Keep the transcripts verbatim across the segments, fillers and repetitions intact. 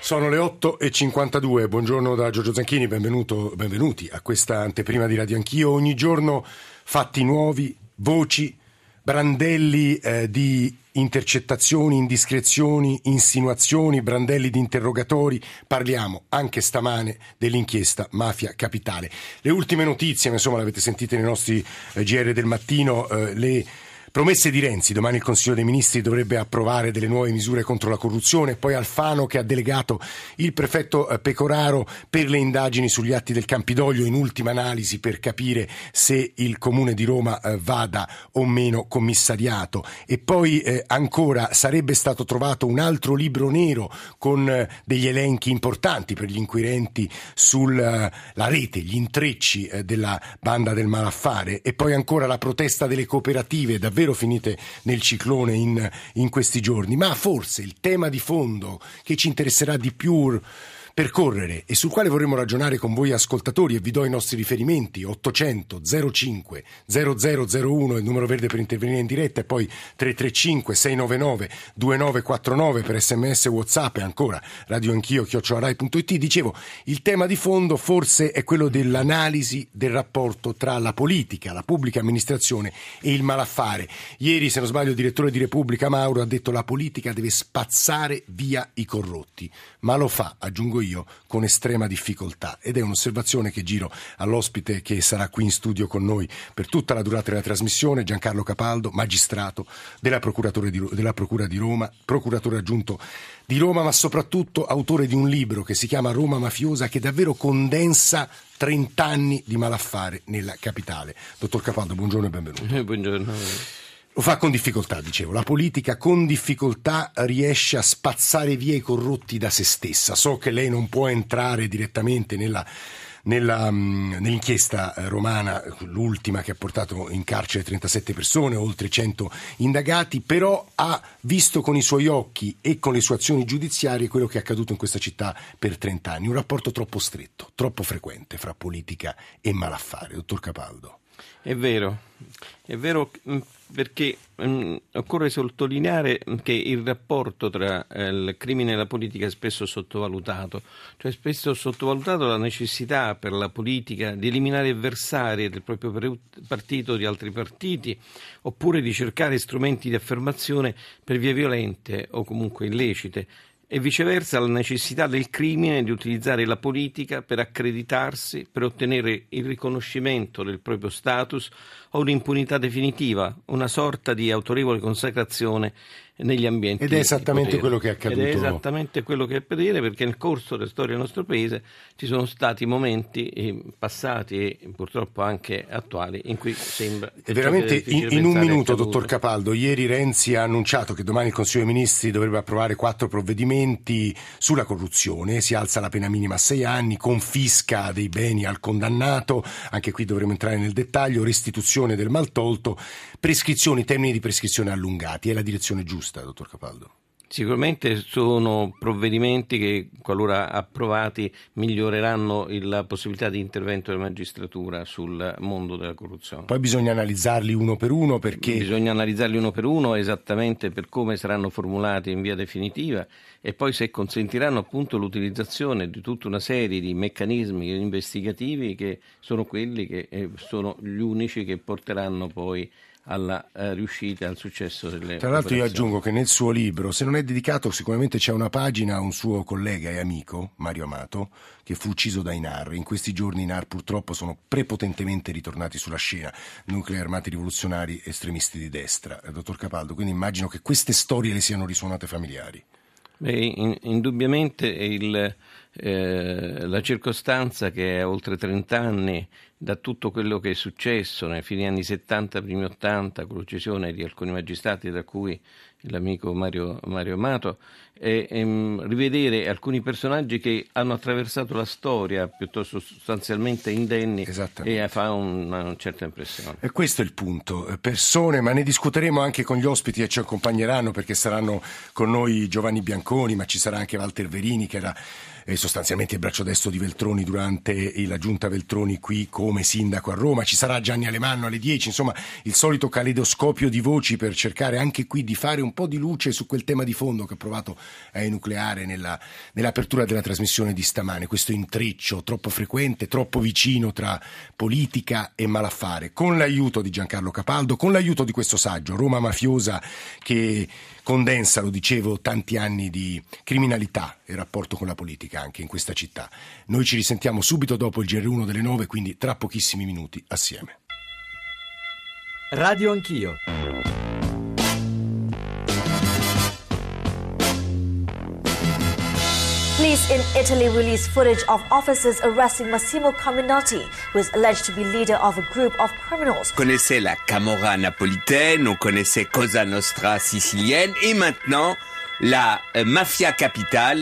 Sono le otto e cinquantadue, buongiorno da Giorgio Zanchini, benvenuto, benvenuti a questa anteprima di Radio Anch'io. Ogni giorno fatti nuovi, voci, brandelli eh, di intercettazioni, indiscrezioni, insinuazioni, brandelli di interrogatori. Parliamo anche stamane dell'inchiesta Mafia Capitale. Le ultime notizie, insomma, l'avete sentite nei nostri eh, G R del mattino, eh, le promesse di Renzi. Domani il Consiglio dei Ministri dovrebbe approvare delle nuove misure contro la corruzione, poi Alfano che ha delegato il prefetto Pecoraro per le indagini sugli atti del Campidoglio, in ultima analisi per capire se il Comune di Roma eh, vada o meno commissariato. E poi eh, ancora sarebbe stato trovato un altro libro nero con eh, degli elenchi importanti per gli inquirenti sulla uh, rete, gli intrecci eh, della banda del malaffare. E poi ancora la protesta delle cooperative, davvero finite nel ciclone in, in questi giorni. Ma forse il tema di fondo che ci interesserà di più percorrere e sul quale vorremmo ragionare con voi ascoltatori, e vi do i nostri riferimenti: ottocento zero cinque zero zero zero uno, il numero verde per intervenire in diretta, e poi tre tre cinque sei nove nove due nove quattro nove per sms, whatsapp, e ancora radio anch'io chiocciola rai punto it. Dicevo, il tema di fondo forse è quello dell'analisi del rapporto tra la politica, la pubblica amministrazione e il malaffare. Ieri, se non sbaglio, il direttore di Repubblica Mauro ha detto: la politica deve spazzare via i corrotti, ma lo fa, aggiungo io, con estrema difficoltà. Ed è un'osservazione che giro all'ospite che sarà qui in studio con noi per tutta la durata della trasmissione, Giancarlo Capaldo, magistrato della Procuratura di, della Procura di Roma, procuratore aggiunto di Roma, ma soprattutto autore di un libro che si chiama Roma Mafiosa, che davvero condensa trent'anni di malaffare nella capitale. Dottor Capaldo, buongiorno e benvenuto. Buongiorno. Lo fa con difficoltà, dicevo. La politica con difficoltà riesce a spazzare via i corrotti da se stessa. So che lei non può entrare direttamente nella, nella, um, nell'inchiesta romana, l'ultima che ha portato in carcere trentasette persone, oltre cento indagati, però ha visto con i suoi occhi e con le sue azioni giudiziarie quello che è accaduto in questa città per trent'anni. Un rapporto troppo stretto, troppo frequente fra politica e malaffare. Dottor Capaldo. È vero, è vero perché mh, occorre sottolineare che il rapporto tra eh, il crimine e la politica è spesso sottovalutato, cioè spesso sottovalutato la necessità per la politica di eliminare avversari del proprio partito o di altri partiti, oppure di cercare strumenti di affermazione per vie violente o comunque illecite. E viceversa la necessità del crimine di utilizzare la politica per accreditarsi, per ottenere il riconoscimento del proprio status o un'impunità definitiva, una sorta di autorevole consacrazione negli ambienti. Ed è esattamente quello che è accaduto. Ed è esattamente quello che è per dire, perché nel corso della storia del nostro paese ci sono stati momenti eh, passati e purtroppo anche attuali in cui sembra e veramente in, in un minuto, dottor Capaldo. Ieri Renzi ha annunciato che domani il Consiglio dei Ministri dovrebbe approvare quattro provvedimenti sulla corruzione. Si alza la pena minima a sei anni, confisca dei beni al condannato, anche qui dovremo entrare nel dettaglio, restituzione del maltolto, prescrizioni, termini di prescrizione allungati. È la direzione giusta, dottor Capaldo? Sicuramente sono provvedimenti che, qualora approvati, miglioreranno la possibilità di intervento della magistratura sul mondo della corruzione. Poi bisogna analizzarli uno per uno, perché bisogna analizzarli uno per uno esattamente per come saranno formulati in via definitiva, e poi se consentiranno appunto l'utilizzazione di tutta una serie di meccanismi investigativi che sono quelli che eh, sono gli unici che porteranno poi alla uh, riuscita, al successo delle Tra l'altro operazioni. Io aggiungo che nel suo libro, se non è dedicato, sicuramente c'è una pagina a un suo collega e amico, Mario Amato, che fu ucciso dai N A R. In questi giorni i N A R purtroppo sono prepotentemente ritornati sulla scena, nuclei armati rivoluzionari estremisti di destra. Eh, dottor Capaldo, quindi immagino che queste storie le siano risuonate familiari. Beh, in, indubbiamente il, eh, la circostanza che a oltre trent'anni da tutto quello che è successo nei fine anni settanta, primi ottanta, con l'uccisione di alcuni magistrati, tra cui l'amico Mario, Mario Amato, e, e rivedere alcuni personaggi che hanno attraversato la storia piuttosto sostanzialmente indenni, e fa una, una certa impressione. E questo è il punto, persone, ma ne discuteremo anche con gli ospiti che ci accompagneranno, perché saranno con noi Giovanni Bianconi, ma ci sarà anche Walter Verini, che era eh, sostanzialmente il braccio destro di Veltroni durante la giunta Veltroni qui come sindaco a Roma. Ci sarà Gianni Alemanno alle dieci, insomma il solito caleidoscopio di voci per cercare anche qui di fare un po' di luce su quel tema di fondo che ho provato a enucleare nella, nell'apertura della trasmissione di stamane, questo intreccio troppo frequente, troppo vicino tra politica e malaffare, con l'aiuto di Giancarlo Capaldo, con l'aiuto di questo saggio, Roma mafiosa, che condensa, lo dicevo, tanti anni di criminalità e rapporto con la politica anche in questa città. Noi ci risentiamo subito dopo il G R uno delle nove, quindi tra pochissimi minuti assieme. Radio Anch'io. Police in Italy released footage of officers arresting Massimo Carminotti, who is alleged to be leader of a group of criminals. On connaissait la Camorra napolitaine, on connaissait Cosa Nostra sicilienne et maintenant la euh, mafia capitale.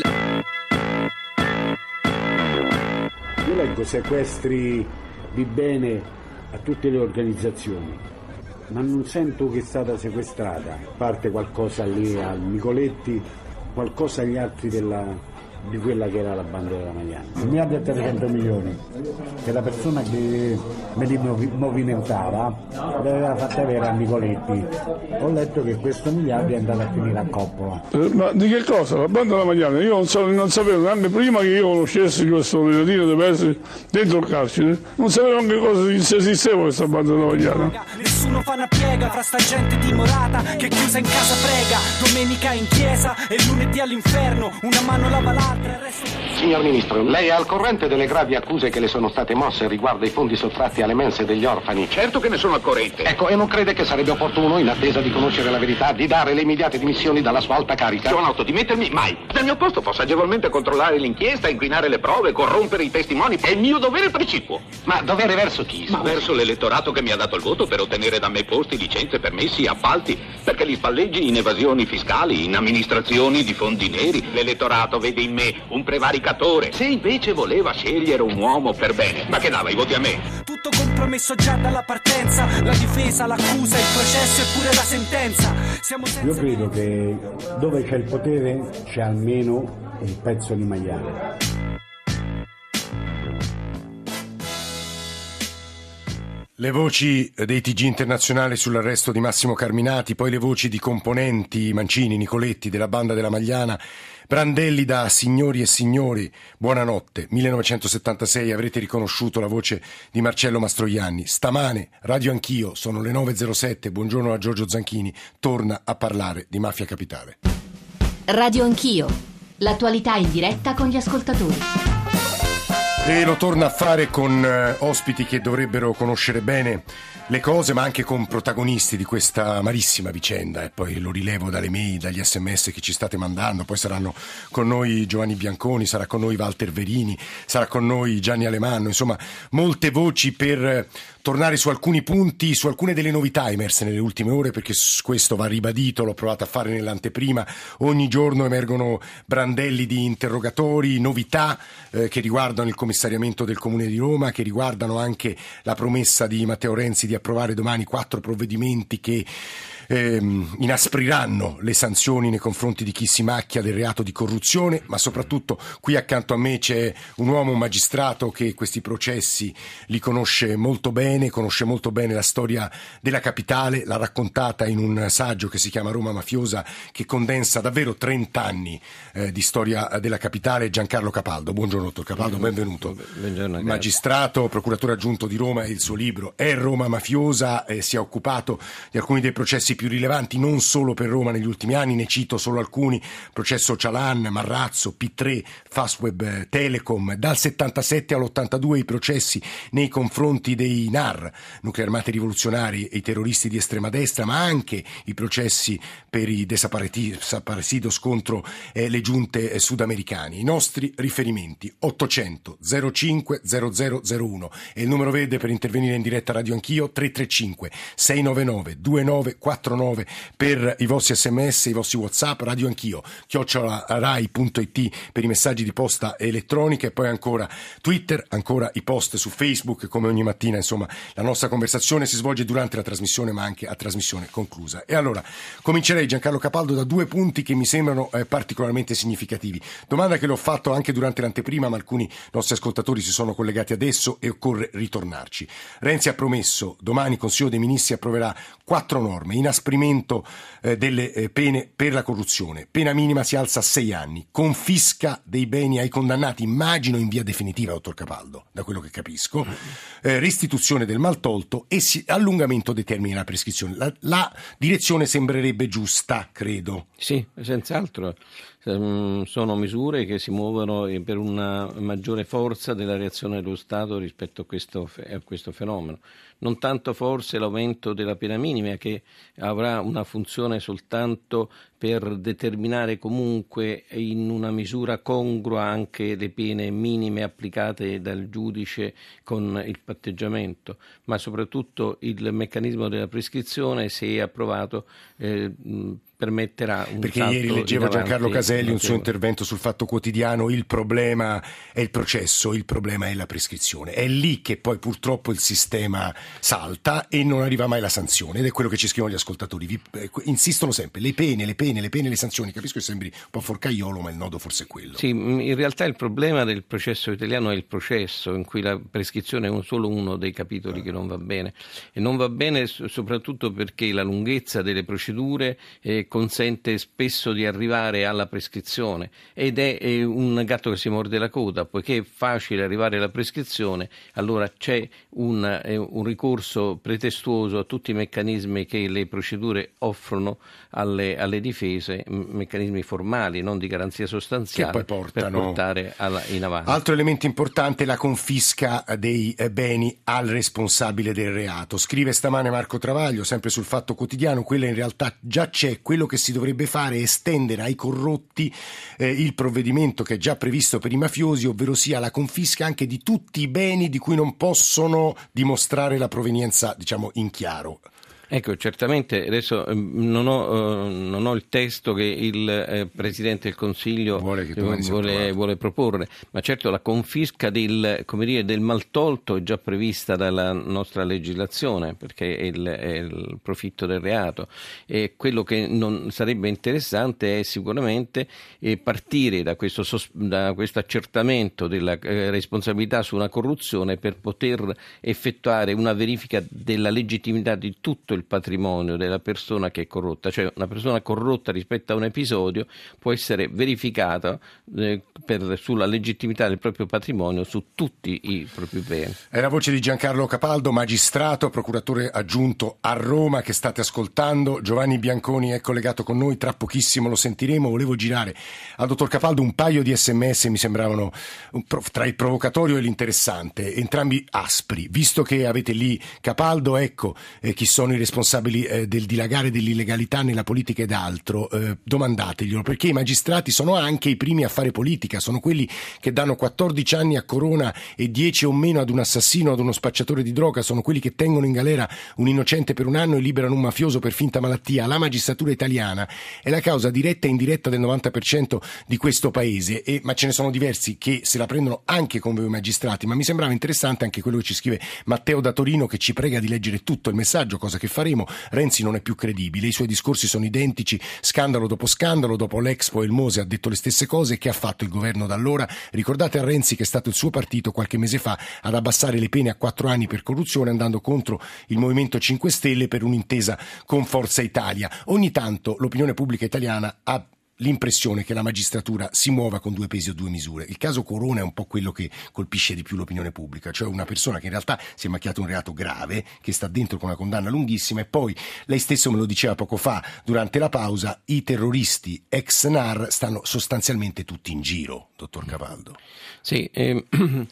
Io leggo sequestri di bene a tutte le organizzazioni, ma non sento che è stata sequestrata, a parte qualcosa lì al Nicoletti, qualcosa agli altri della... di quella che era la banda della Magliana. Un miliardo e trecento milioni che la persona che me li movimentava le aveva fatte avere a Nicoletti. Ho letto che questo miliardo è andato a finire a Coppola. Eh, ma di che cosa? La banda della Magliana? Io non, so, non sapevo, anche prima che io conoscessi questo Leonino deve essere dentro il carcere, non sapevo anche cosa se esisteva questa banda della Magliana. Nessuno fa una piega fra sta gente timorata che chiusa in casa prega, domenica in chiesa e lunedì all'inferno, una mano lava l'altra. Signor Ministro, lei è al corrente delle gravi accuse che le sono state mosse riguardo ai fondi sottratti alle mense degli orfani? Certo che ne sono al corrente. Ecco, e non crede che sarebbe opportuno, in attesa di conoscere la verità, di dare le immediate dimissioni dalla sua alta carica? Giovanotto, dimettermi mai. Dal mio posto posso agevolmente controllare l'inchiesta, inquinare le prove, corrompere i testimoni. È il mio dovere precipuo. Ma dovere verso chi? Ma verso l'elettorato che mi ha dato il voto per ottenere da me posti, licenze, permessi, appalti, perché li spalleggi in evasioni fiscali, in amministrazioni di fondi neri. L'elettorato vede in me un prevaricatore. Se invece voleva scegliere un uomo per bene, ma che dava i voti a me? Tutto compromesso già dalla partenza, la difesa, l'accusa, il processo e pure la sentenza. Siamo senza... Io credo che dove c'è il potere c'è almeno un pezzo di maiale. Le voci dei T G internazionali sull'arresto di Massimo Carminati, poi le voci di componenti Mancini, Nicoletti, della banda della Magliana, Brandelli da Signori e Signori, buonanotte, millenovecentosettantasei, avrete riconosciuto la voce di Marcello Mastroianni. Stamane, Radio Anch'io, sono le nove e zero sette, buongiorno a Giorgio Zanchini, torna a parlare di Mafia Capitale. Radio Anch'io, l'attualità in diretta con gli ascoltatori. E lo torna a fare con eh, ospiti che dovrebbero conoscere bene le cose, ma anche con protagonisti di questa amarissima vicenda, e poi lo rilevo dalle mail, dagli sms che ci state mandando. Poi saranno con noi Giovanni Bianconi, sarà con noi Walter Verini, sarà con noi Gianni Alemanno, insomma molte voci per tornare su alcuni punti, su alcune delle novità emerse nelle ultime ore, perché questo va ribadito, l'ho provato a fare nell'anteprima, ogni giorno emergono brandelli di interrogatori, novità eh, che riguardano il commissariamento del Comune di Roma, che riguardano anche la promessa di Matteo Renzi di approvare domani quattro provvedimenti che ehm, inaspriranno le sanzioni nei confronti di chi si macchia del reato di corruzione, ma soprattutto qui accanto a me c'è un uomo, un magistrato che questi processi li conosce molto bene, conosce molto bene la storia della capitale, l'ha raccontata in un saggio che si chiama Roma mafiosa, che condensa davvero trenta anni eh, di storia della capitale. Giancarlo Capaldo, buongiorno dottor Capaldo, benvenuto. Buongiorno, magistrato, procuratore aggiunto di Roma, e il suo libro è Roma mafiosa, eh, si è occupato di alcuni dei processi più rilevanti non solo per Roma negli ultimi anni, ne cito solo alcuni: processo Cialan, Marrazzo, P tre, Fastweb Telecom. Dal settantasette all'ottantadue i processi nei confronti dei N A R, nuclei armati rivoluzionari, e i terroristi di estrema destra, ma anche i processi per i desaparecidos contro eh, le giunte eh, sudamericane. I nostri riferimenti ottocento zero cinque zero zero zero uno e il numero verde per intervenire in diretta Radio Anch'io tre tre cinque sei nove nove due nove quattro nove per i vostri sms, i vostri WhatsApp. Radio Anch'io chiocciola rai punto it per i messaggi di posta elettronica, e poi ancora Twitter, ancora i post su Facebook. Come ogni mattina, insomma, la nostra conversazione si svolge durante la trasmissione, ma anche a trasmissione conclusa. E allora comincerei, Giancarlo Capaldo, da due punti che mi sembrano eh, particolarmente significativi. Domanda che l'ho fatto anche durante l'anteprima, ma alcuni nostri ascoltatori si sono collegati adesso e occorre ritornarci. Renzi ha promesso domani il Consiglio dei Ministri approverà quattro norme inasprimenti inasprimento eh, delle eh, pene per la corruzione, pena minima si alza a sei anni, confisca dei beni ai condannati, immagino in via definitiva, dottor Capaldo, da quello che capisco, eh, restituzione del maltolto e si, allungamento dei termini della prescrizione. La, la direzione sembrerebbe giusta, credo. Sì, senz'altro. Sono misure che si muovono per una maggiore forza della reazione dello Stato rispetto a questo, a questo fenomeno. Non tanto forse l'aumento della pena minima, che avrà una funzione soltanto per determinare comunque in una misura congrua anche le pene minime applicate dal giudice con il patteggiamento, ma soprattutto il meccanismo della prescrizione, se approvato, eh, permetterà un Perché salto ieri leggevo Giancarlo Caselli un suo notevole. intervento sul Fatto Quotidiano, il problema è il processo, il problema è la prescrizione, è lì che poi purtroppo il sistema salta e non arriva mai la sanzione, ed è quello che ci scrivono gli ascoltatori. Vi, eh, insistono sempre, le pene, le pene, le pene, le sanzioni. Capisco che sembri un po' forcaiolo, ma il nodo forse è quello. Sì, in realtà il problema del processo italiano è il processo, in cui la prescrizione è un, solo uno dei capitoli che non va bene, e non va bene soprattutto perché la lunghezza delle procedure eh, consente spesso di arrivare alla prescrizione, ed è, è un gatto che si morde la coda, poiché è facile arrivare alla prescrizione, allora c'è un, eh, un ricorso pretestuoso a tutti i meccanismi che le procedure offrono alle, alle difese, m- meccanismi formali, non di garanzia sostanziale, che poi portano per portare alla, in avanti. Altro elemento importante è la confisca dei beni al responsabile del reato. Scrive stamane Marco Travaglio, sempre sul Fatto Quotidiano, quella in realtà già c'è. Quello che si dovrebbe fare è estendere ai corrotti eh, il provvedimento che è già previsto per i mafiosi, ovvero sia la confisca anche di tutti i beni di cui non possono dimostrare la provenienza, diciamo, in chiaro. Ecco, certamente adesso eh, non, ho, eh, non ho il testo che il eh, Presidente del Consiglio vuole, che vuole, vuole proporre, ma certo la confisca del, come dire, del maltolto è già prevista dalla nostra legislazione, perché è il, è il profitto del reato, e quello che non sarebbe interessante è sicuramente eh, partire da questo, da questo accertamento della eh, responsabilità su una corruzione per poter effettuare una verifica della legittimità di tutto il patrimonio della persona che è corrotta, cioè una persona corrotta rispetto a un episodio può essere verificata eh, per, sulla legittimità del proprio patrimonio su tutti i propri beni. È la voce di Giancarlo Capaldo, magistrato, procuratore aggiunto a Roma, che state ascoltando. Giovanni Bianconi è collegato con noi, tra pochissimo lo sentiremo. Volevo girare al dottor Capaldo un paio di sms, mi sembravano tra il provocatorio e l'interessante, entrambi aspri. Visto che avete lì Capaldo, ecco eh, chi sono i responsabili eh, del dilagare dell'illegalità nella politica ed altro, eh, domandateglielo, perché i magistrati sono anche i primi a fare politica, sono quelli che danno quattordici anni a Corona e dieci o meno ad un assassino, ad uno spacciatore di droga, sono quelli che tengono in galera un innocente per un anno e liberano un mafioso per finta malattia. La magistratura italiana è la causa diretta e indiretta del novanta per cento di questo paese, e, ma ce ne sono diversi che se la prendono anche con voi magistrati. Ma mi sembrava interessante anche quello che ci scrive Matteo da Torino, che ci prega di leggere tutto il messaggio, cosa che faremo. Renzi non è più credibile, i suoi discorsi sono identici, scandalo dopo scandalo, dopo l'Expo e il Mose ha detto le stesse cose. Che ha fatto il governo da allora? Ricordate a Renzi che è stato il suo partito qualche mese fa ad abbassare le pene a quattro anni per corruzione, andando contro il Movimento cinque Stelle per un'intesa con Forza Italia. Ogni tanto l'opinione pubblica italiana ha l'impressione che la magistratura si muova con due pesi o due misure. Il caso Corona è un po' quello che colpisce di più l'opinione pubblica, cioè una persona che in realtà si è macchiato un reato grave, che sta dentro con una condanna lunghissima, e poi lei stesso me lo diceva poco fa durante la pausa, i terroristi ex N A R stanno sostanzialmente tutti in giro, dottor Capaldo. Sì, eh,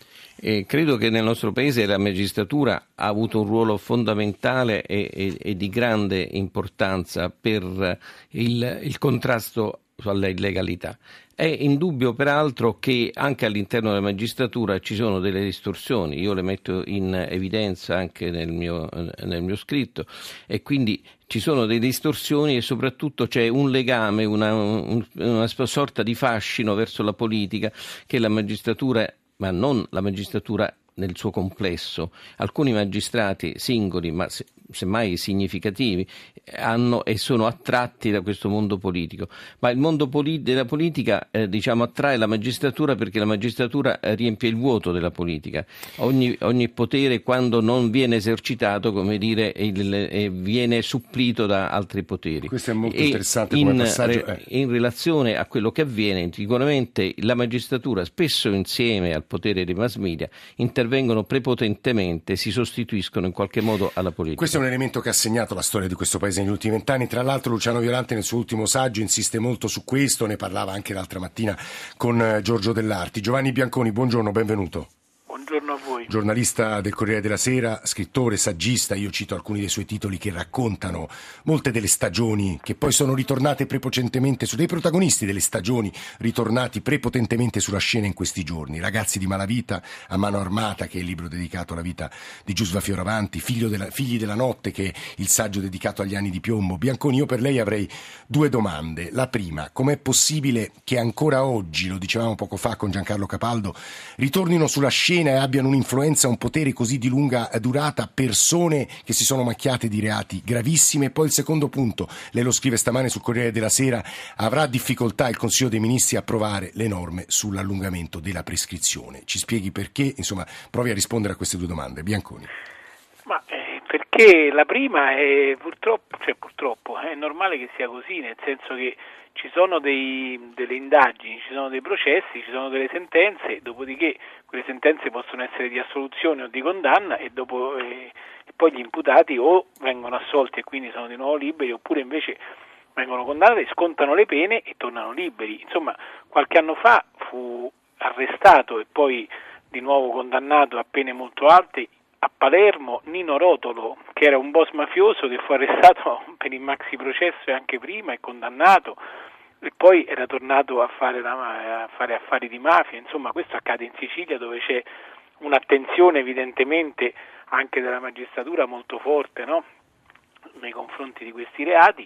eh, credo che nel nostro paese la magistratura ha avuto un ruolo fondamentale e, e, e di grande importanza per il, il contrasto alla illegalità. È indubbio peraltro che anche all'interno della magistratura ci sono delle distorsioni, io le metto in evidenza anche nel mio, nel mio scritto, e quindi ci sono delle distorsioni e soprattutto c'è un legame, una, un, una sorta di fascino verso la politica che la magistratura, ma non la magistratura nel suo complesso. Alcuni magistrati singoli, ma se, semmai significativi, hanno e sono attratti da questo mondo politico, ma il mondo poli- della politica eh, diciamo attrae la magistratura perché la magistratura eh, riempie il vuoto della politica. Ogni, ogni potere, quando non viene esercitato, come dire, il, eh, viene supplito da altri poteri. Questo è molto e interessante in, come passaggio. Re, in relazione a quello che avviene, sicuramente la magistratura, spesso insieme al potere dei mass media, intervengono prepotentemente, si sostituiscono in qualche modo alla politica. Questo è un elemento che ha segnato la storia di questo paese negli ultimi vent'anni. Tra l'altro Luciano Violante nel suo ultimo saggio insiste molto su questo, ne parlava anche l'altra mattina con Giorgio Dell'Arti. Giovanni Bianconi, buongiorno, benvenuto. Buongiorno a voi. Giornalista del Corriere della Sera, scrittore, saggista, io cito alcuni dei suoi titoli che raccontano molte delle stagioni che poi sono ritornate prepotentemente su dei protagonisti delle stagioni ritornati prepotentemente sulla scena in questi giorni. Ragazzi di malavita, A mano armata, che è il libro dedicato alla vita di Giusva Fioravanti, Figlio della, Figli della notte, che è il saggio dedicato agli anni di piombo. Bianconi, io per lei avrei due domande. La prima, com'è possibile che ancora oggi, lo dicevamo poco fa con Giancarlo Capaldo, ritornino sulla scena e abbiano un'influenza, un potere così di lunga durata persone che si sono macchiate di reati gravissimi? E poi il secondo punto, lei lo scrive stamane sul Corriere della Sera, avrà difficoltà il Consiglio dei Ministri a approvare le norme sull'allungamento della prescrizione. Ci spieghi perché? Insomma, provi a rispondere a queste due domande. Bianconi. Ma eh, perché la prima è purtroppo, cioè purtroppo è normale che sia così, nel senso che ci sono dei, delle indagini, ci sono dei processi, ci sono delle sentenze, dopodiché quelle sentenze possono essere di assoluzione o di condanna e, dopo, eh, e poi gli imputati o vengono assolti e quindi sono di nuovo liberi, oppure invece vengono condannati, scontano le pene e tornano liberi. Insomma, qualche anno fa fu arrestato e poi di nuovo condannato a pene molto alte a Palermo Nino Rotolo, che era un boss mafioso che fu arrestato per il maxi processo e anche prima e condannato, e poi era tornato a fare, la, a fare affari di mafia. Insomma, questo accade in Sicilia, dove c'è un'attenzione evidentemente anche della magistratura molto forte, no? Nei confronti di questi reati,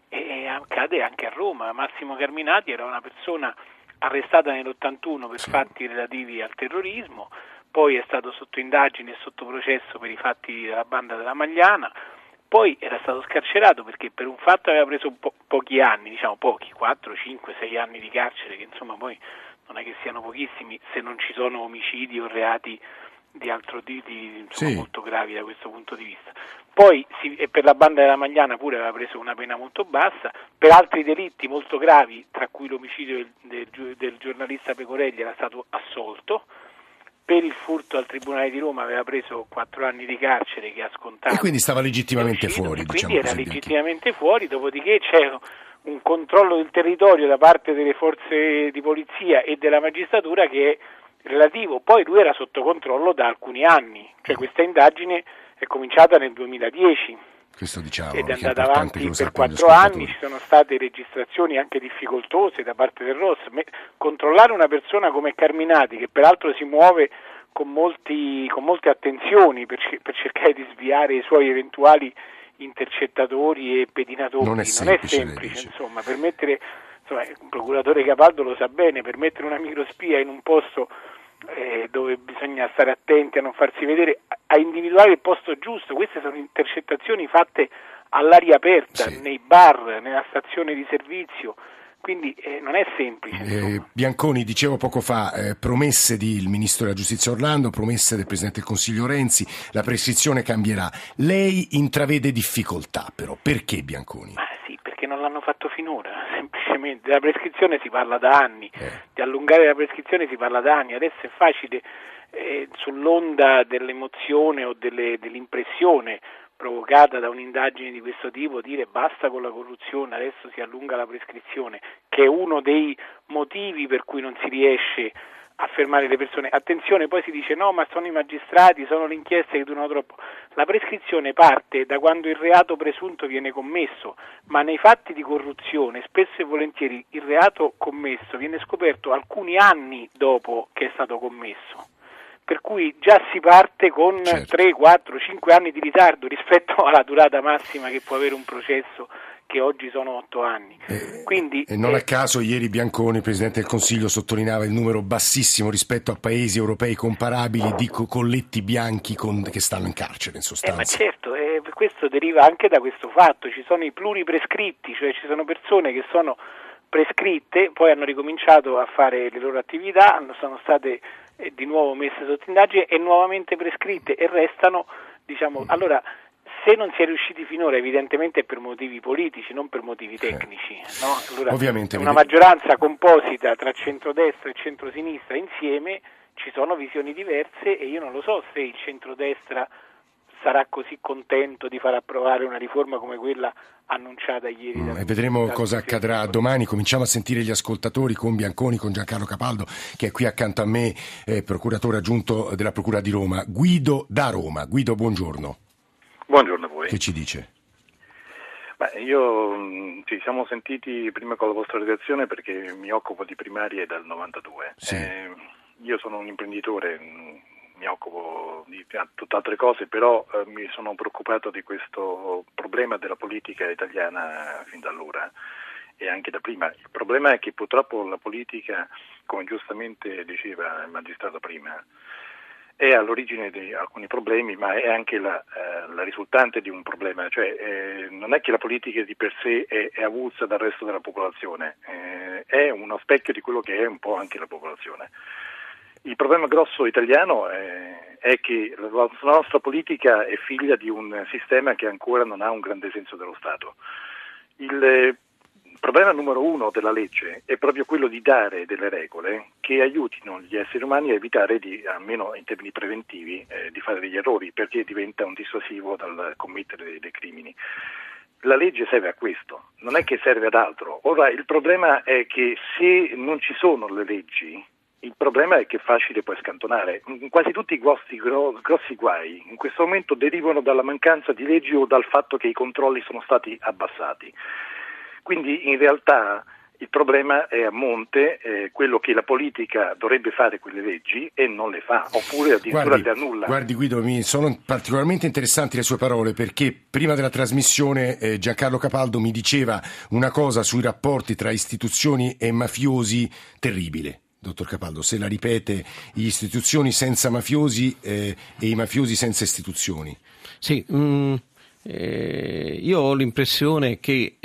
e accade anche a Roma. Massimo Carminati era una persona arrestata nell'ottantuno per fatti relativi al terrorismo, poi è stato sotto indagine e sotto processo per i fatti della banda della Magliana, poi era stato scarcerato perché per un fatto aveva preso po- pochi anni, diciamo pochi, quattro, cinque, sei anni di carcere, che insomma poi non è che siano pochissimi se non ci sono omicidi o reati di altro tipo, insomma, sì, molto gravi da questo punto di vista. Poi si, e per la banda della Magliana pure aveva preso una pena molto bassa, per altri delitti molto gravi, tra cui l'omicidio del, del, del giornalista Pecorelli, era stato assolto. Per il furto al Tribunale di Roma aveva preso quattro anni di carcere che ha scontato. E quindi stava legittimamente fuori. Quindi diciamo era così, legittimamente fuori, dopodiché c'è un controllo del territorio da parte delle forze di polizia e della magistratura che è relativo. Poi lui era sotto controllo da alcuni anni, cioè questa indagine è cominciata nel duemiladieci. Questo diciamo, ed è che è andata avanti per sappiano quattro anni, ci sono state registrazioni anche difficoltose da parte del R O S. Me- controllare una persona come Carminati, che peraltro si muove con, molti, con molte attenzioni per, c- per cercare di sviare i suoi eventuali intercettatori e pedinatori, non è semplice, non è semplice insomma, per mettere, insomma, il procuratore Capaldo lo sa bene, per mettere una microspia in un posto Eh, dove bisogna stare attenti a non farsi vedere, a individuare il posto giusto. Queste sono intercettazioni fatte all'aria aperta, sì, nei bar, nella stazione di servizio, quindi eh, non è semplice. Eh, Bianconi, dicevo poco fa, eh, promesse del Ministro della Giustizia Orlando, promesse del Presidente del Consiglio Renzi, la prescrizione cambierà. Lei intravede difficoltà però, perché Bianconi? Ma sì, perché non l'hanno fatto finora, semplicemente. Della prescrizione si parla da anni, eh. di allungare la prescrizione si parla da anni, adesso è facile eh, sull'onda dell'emozione o delle, dell'impressione provocata da un'indagine di questo tipo dire basta con la corruzione, adesso si allunga la prescrizione, che è uno dei motivi per cui non si riesce a fermare le persone. Attenzione, poi si dice no, ma sono i magistrati, sono le inchieste che durano troppo. La prescrizione parte da quando il reato presunto viene commesso, ma nei fatti di corruzione spesso e volentieri il reato commesso viene scoperto alcuni anni dopo che è stato commesso. Per cui già si parte con certo. tre, quattro, cinque anni di ritardo rispetto alla durata massima che può avere un processo che oggi sono otto anni. Eh, Quindi, e non eh, a caso ieri Bianconi, il Presidente del Consiglio, sottolineava il numero bassissimo rispetto a paesi europei comparabili di co- colletti bianchi con, che stanno in carcere in sostanza. Eh, ma certo, eh, questo deriva anche da questo fatto, ci sono i pluriprescritti, cioè ci sono persone che sono prescritte, poi hanno ricominciato a fare le loro attività, sono state eh, di nuovo messe sotto indagine e nuovamente prescritte e restano, diciamo, allora se non si è riusciti finora evidentemente è per motivi politici, non per motivi tecnici, no? Allora, Ovviamente, una maggioranza composita tra centrodestra e centrosinistra insieme ci sono visioni diverse e io non lo so se il centrodestra sarà così contento di far approvare una riforma come quella annunciata ieri. Mm, e vedremo cosa accadrà domani. Cominciamo a sentire gli ascoltatori con Bianconi, con Giancarlo Capaldo, che è qui accanto a me, eh, procuratore aggiunto della Procura di Roma. Guido da Roma. Guido, buongiorno. Buongiorno a voi. Che ci dice? Beh, io ci siamo sentiti prima con la vostra redazione perché mi occupo di primarie dal novantadue. Sì. Eh, io sono un imprenditore, mi occupo di tutt'altre cose, però eh, mi sono preoccupato di questo problema della politica italiana fin da allora e anche da prima. Il problema è che purtroppo la politica, come giustamente diceva il magistrato prima, è all'origine di alcuni problemi, ma è anche la, eh, la risultante di un problema, cioè eh, non è che la politica di per sé è, è avulsa dal resto della popolazione, eh, è uno specchio di quello che è un po' anche la popolazione. Il problema grosso italiano è, è che la, la nostra politica è figlia di un sistema che ancora non ha un grande senso dello Stato. Il Il problema numero uno della legge è proprio quello di dare delle regole che aiutino gli esseri umani a evitare, di, almeno in termini preventivi, eh, di fare degli errori, perché diventa un dissuasivo dal commettere dei, dei crimini. La legge serve a questo, non è che serve ad altro. Ora, il problema è che se non ci sono le leggi, il problema è che è facile poi scantonare. Quasi tutti i grossi, grossi guai in questo momento derivano dalla mancanza di leggi o dal fatto che i controlli sono stati abbassati. Quindi in realtà il problema è a monte, eh, quello che la politica dovrebbe fare quelle leggi e non le fa, oppure addirittura guardi, le annulla. Guardi Guido, mi sono particolarmente interessanti le sue parole perché prima della trasmissione eh, Giancarlo Capaldo mi diceva una cosa sui rapporti tra istituzioni e mafiosi terribile. Dottor Capaldo, se la ripete, gli istituzioni senza mafiosi eh, e i mafiosi senza istituzioni. Sì, mm. Eh, io ho l'impressione che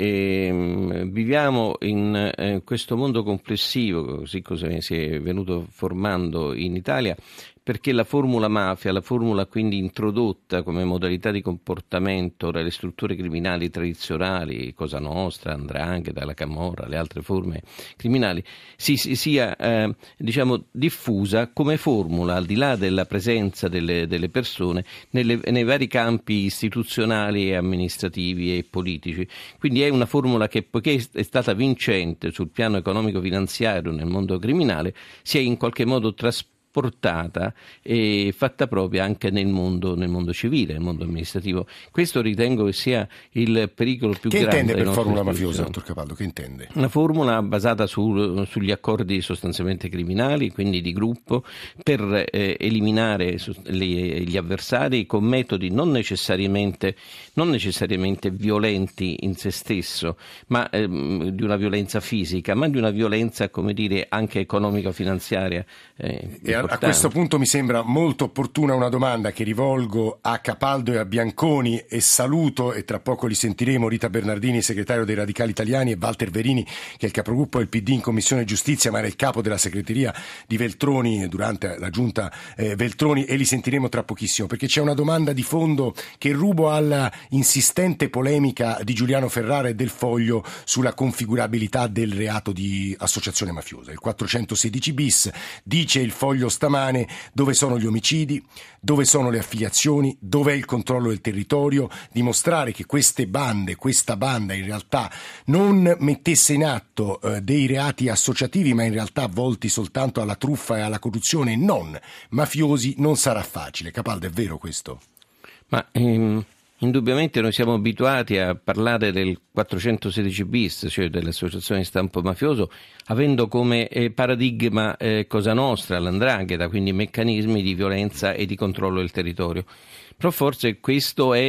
eh, viviamo in eh, questo mondo complessivo, così come si è venuto formando in Italia, perché la formula mafia, la formula quindi introdotta come modalità di comportamento dalle strutture criminali tradizionali, Cosa Nostra, 'Ndrangheta, la Camorra, le altre forme criminali, si, si sia eh, diciamo diffusa come formula, al di là della presenza delle, delle persone, nelle, nei vari campi istituzionali e amministrativi e politici. Quindi è una formula che, poiché è stata vincente sul piano economico-finanziario nel mondo criminale, si è in qualche modo trasformata portata e fatta propria anche nel mondo, nel mondo civile, nel mondo amministrativo. Questo ritengo che sia il pericolo più che grande. Che intende per formula mafiosa, dottor Capaldo? Che intende? Una formula basata su, sugli accordi sostanzialmente criminali, quindi di gruppo, per eh, eliminare gli, gli avversari con metodi non necessariamente, non necessariamente violenti in se stesso, ma eh, di una violenza fisica, ma di una violenza, come dire, anche economico-finanziaria. Eh, e a questo punto mi sembra molto opportuna una domanda che rivolgo a Capaldo e a Bianconi e saluto, e tra poco li sentiremo, Rita Bernardini, segretario dei Radicali Italiani, e Walter Verini, che è il capogruppo del P D in Commissione Giustizia, ma era il capo della segreteria di Veltroni durante la giunta eh, Veltroni, e li sentiremo tra pochissimo, perché c'è una domanda di fondo che rubo alla insistente polemica di Giuliano Ferrara e del Foglio sulla configurabilità del reato di associazione mafiosa. Il quattrocentosedici bis, dice il Foglio stamane, dove sono gli omicidi, dove sono le affiliazioni, dov'è il controllo del territorio, dimostrare che queste bande, questa banda in realtà non mettesse in atto eh, dei reati associativi, ma in realtà volti soltanto alla truffa e alla corruzione, non mafiosi, non sarà facile. Capaldo, è vero questo? Ma ehm, indubbiamente noi siamo abituati a parlare del quattrocentosedici bis, cioè dell'associazione di stampo mafioso, avendo come eh, paradigma eh, Cosa Nostra, l'Ndrangheta, quindi meccanismi di violenza e di controllo del territorio. Però forse questo è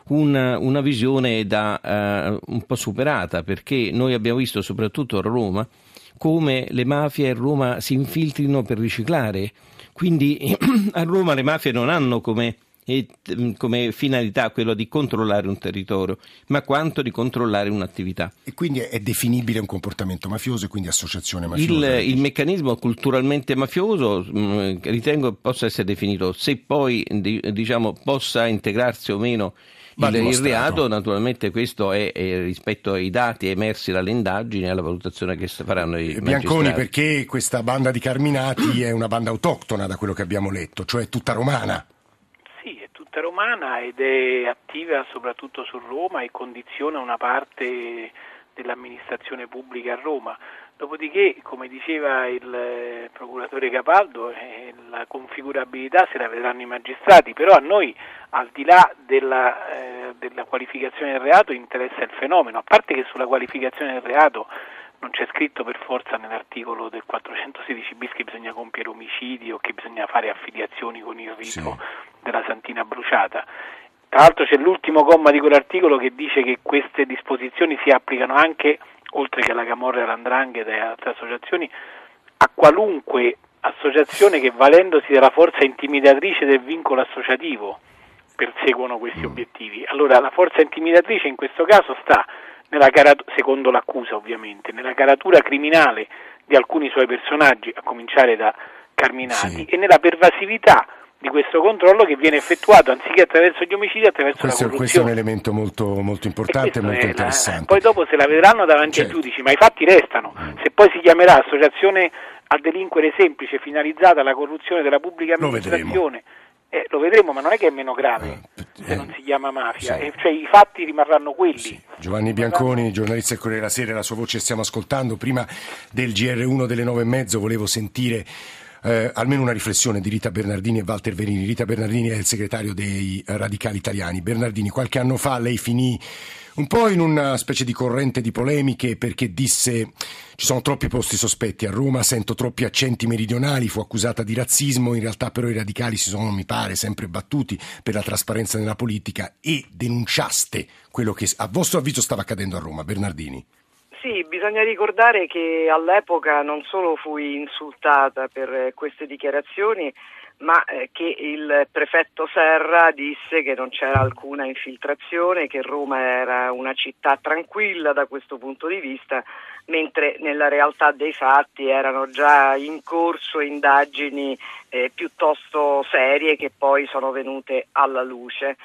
una, una visione da uh, un po' superata, perché noi abbiamo visto soprattutto a Roma come le mafie a Roma si infiltrino per riciclare, quindi a Roma le mafie non hanno come, eh, come finalità quello di controllare un territorio, ma quanto di controllare un'attività. E quindi è definibile un comportamento mafioso e quindi associazione mafiosa? Il, il meccanismo culturalmente mafioso mh, ritengo possa essere definito, se poi di, diciamo possa integrarsi o meno Il, il reato, naturalmente questo è, è rispetto ai dati emersi dalle indagini e alla valutazione che faranno i Bianconi, magistrati. Perché questa banda di Carminati è una banda autoctona da quello che abbiamo letto, cioè tutta romana. Sì, è tutta romana ed è attiva soprattutto su Roma e condiziona una parte dell'amministrazione pubblica a Roma. Dopodiché, come diceva il procuratore Capaldo, eh, la configurabilità se la vedranno i magistrati, però a noi, al di là della, eh, della qualificazione del reato, interessa il fenomeno, a parte che sulla qualificazione del reato non c'è scritto per forza nell'articolo del quattrocentosedici bis che bisogna compiere omicidi o che bisogna fare affiliazioni con il rito sì. della Santina Bruciata. Tra l'altro c'è l'ultimo comma di quell'articolo che dice che queste disposizioni si applicano anche, oltre che alla Camorra, all'Andrangheta e altre associazioni, a qualunque associazione che, valendosi della forza intimidatrice del vincolo associativo, perseguono questi mm. obiettivi. Allora la forza intimidatrice in questo caso sta nella carat- secondo l'accusa ovviamente, nella caratura criminale di alcuni suoi personaggi, a cominciare da Carminati, sì. e nella pervasività di questo controllo che viene effettuato anziché attraverso gli omicidi, attraverso questo, la corruzione. Questo è un elemento molto, molto importante e molto interessante. La, poi dopo se la vedranno davanti certo. ai giudici, ma i fatti restano. Mm. Se poi si chiamerà associazione a delinquere semplice finalizzata alla corruzione della pubblica amministrazione, eh, lo vedremo, ma non è che è meno grave eh, se eh, non si chiama mafia, sì. eh, cioè i fatti rimarranno quelli. Sì. Giovanni Bianconi, giornalista del Corriere della Sera, la sua voce stiamo ascoltando. Prima del G R uno delle nove e mezzo volevo sentire Eh, almeno una riflessione di Rita Bernardini e Walter Verini. Rita Bernardini è il segretario dei Radicali Italiani. Bernardini, qualche anno fa lei finì un po' in una specie di corrente di polemiche perché disse: ci sono troppi posti sospetti a Roma, sento troppi accenti meridionali, fu accusata di razzismo. In realtà però i radicali si sono, mi pare, sempre battuti per la trasparenza nella politica e denunciaste quello che a vostro avviso stava accadendo a Roma. Bernardini. Sì, bisogna ricordare che all'epoca non solo fui insultata per queste dichiarazioni, ma che il prefetto Serra disse che non c'era alcuna infiltrazione, che Roma era una città tranquilla da questo punto di vista, mentre nella realtà dei fatti erano già in corso indagini eh, piuttosto serie che poi sono venute alla luce.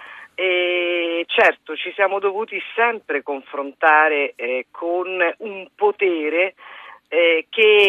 E certo ci siamo dovuti sempre confrontare eh, con un potere eh,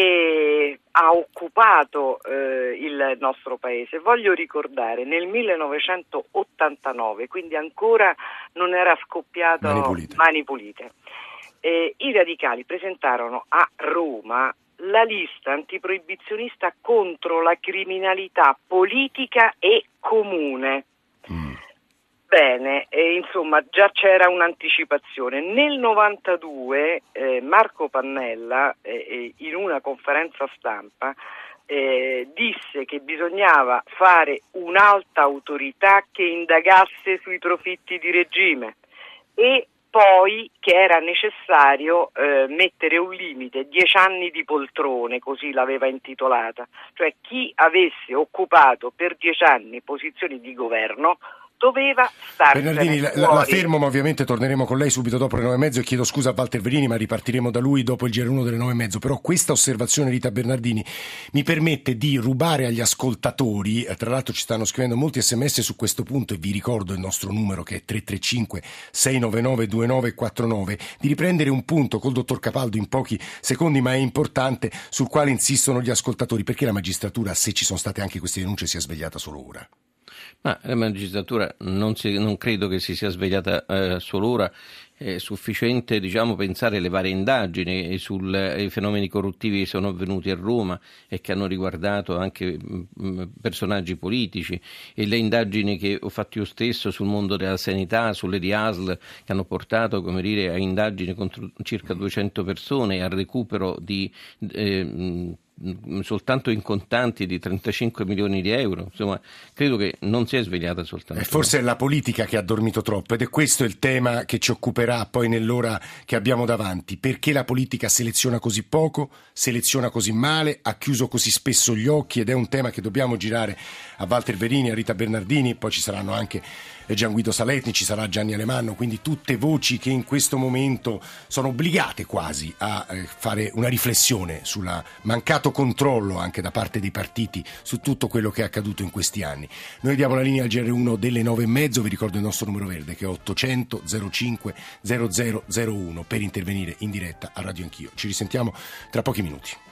che ha occupato eh, il nostro paese. Voglio ricordare nel millenovecentottantanove, quindi ancora non era scoppiato Mani Pulite, Mani Pulite. Eh, i radicali presentarono a Roma la lista antiproibizionista contro la criminalità politica e comune. Mm. Bene, eh, insomma già c'era un'anticipazione. Nel novantadue eh, Marco Pannella eh, in una conferenza stampa eh, disse che bisognava fare un'alta autorità che indagasse sui profitti di regime e poi che era necessario eh, mettere un limite, dieci anni di poltrone, così l'aveva intitolata, cioè chi avesse occupato per dieci anni posizioni di governo doveva starsene Bernardini, fuori. la, la fermo, ma ovviamente torneremo con lei subito dopo le nove e mezzo e chiedo scusa a Walter Verini, ma ripartiremo da lui dopo il G R uno delle nove e mezzo. Però questa osservazione, Rita Bernardini, mi permette di rubare agli ascoltatori, tra l'altro ci stanno scrivendo molti sms su questo punto e vi ricordo il nostro numero che è tre tre cinque sei nove nove due nove quattro nove, di riprendere un punto col dottor Capaldo in pochi secondi, ma è importante, sul quale insistono gli ascoltatori. Perché la magistratura, se ci sono state anche queste denunce, si è svegliata solo ora? Ma la magistratura non, si, non credo che si sia svegliata eh, solo ora. È sufficiente, diciamo, pensare alle varie indagini sui fenomeni corruttivi che sono avvenuti a Roma e che hanno riguardato anche mh, personaggi politici, e le indagini che ho fatto io stesso sul mondo della sanità, sulle D A S L, che hanno portato, come dire, a indagini contro circa duecento persone e al recupero di eh, soltanto in contanti di trentacinque milioni di euro. Insomma, credo che non si è svegliata soltanto. E forse è la politica che ha dormito troppo, ed è questo il tema che ci occuperà poi nell'ora che abbiamo davanti. Perché la politica seleziona così poco, seleziona così male, ha chiuso così spesso gli occhi, ed è un tema che dobbiamo girare a Walter Verini, a Rita Bernardini, poi ci saranno anche Gian Guido Saletni, ci sarà Gianni Alemanno, quindi tutte voci che in questo momento sono obbligate quasi a fare una riflessione sul mancato controllo anche da parte dei partiti su tutto quello che è accaduto in questi anni. Noi diamo la linea al G R uno delle nove e mezzo, vi ricordo il nostro numero verde che è ottocento zero cinque zero zero zero uno per intervenire in diretta a Radio Anch'io. Ci risentiamo tra pochi minuti.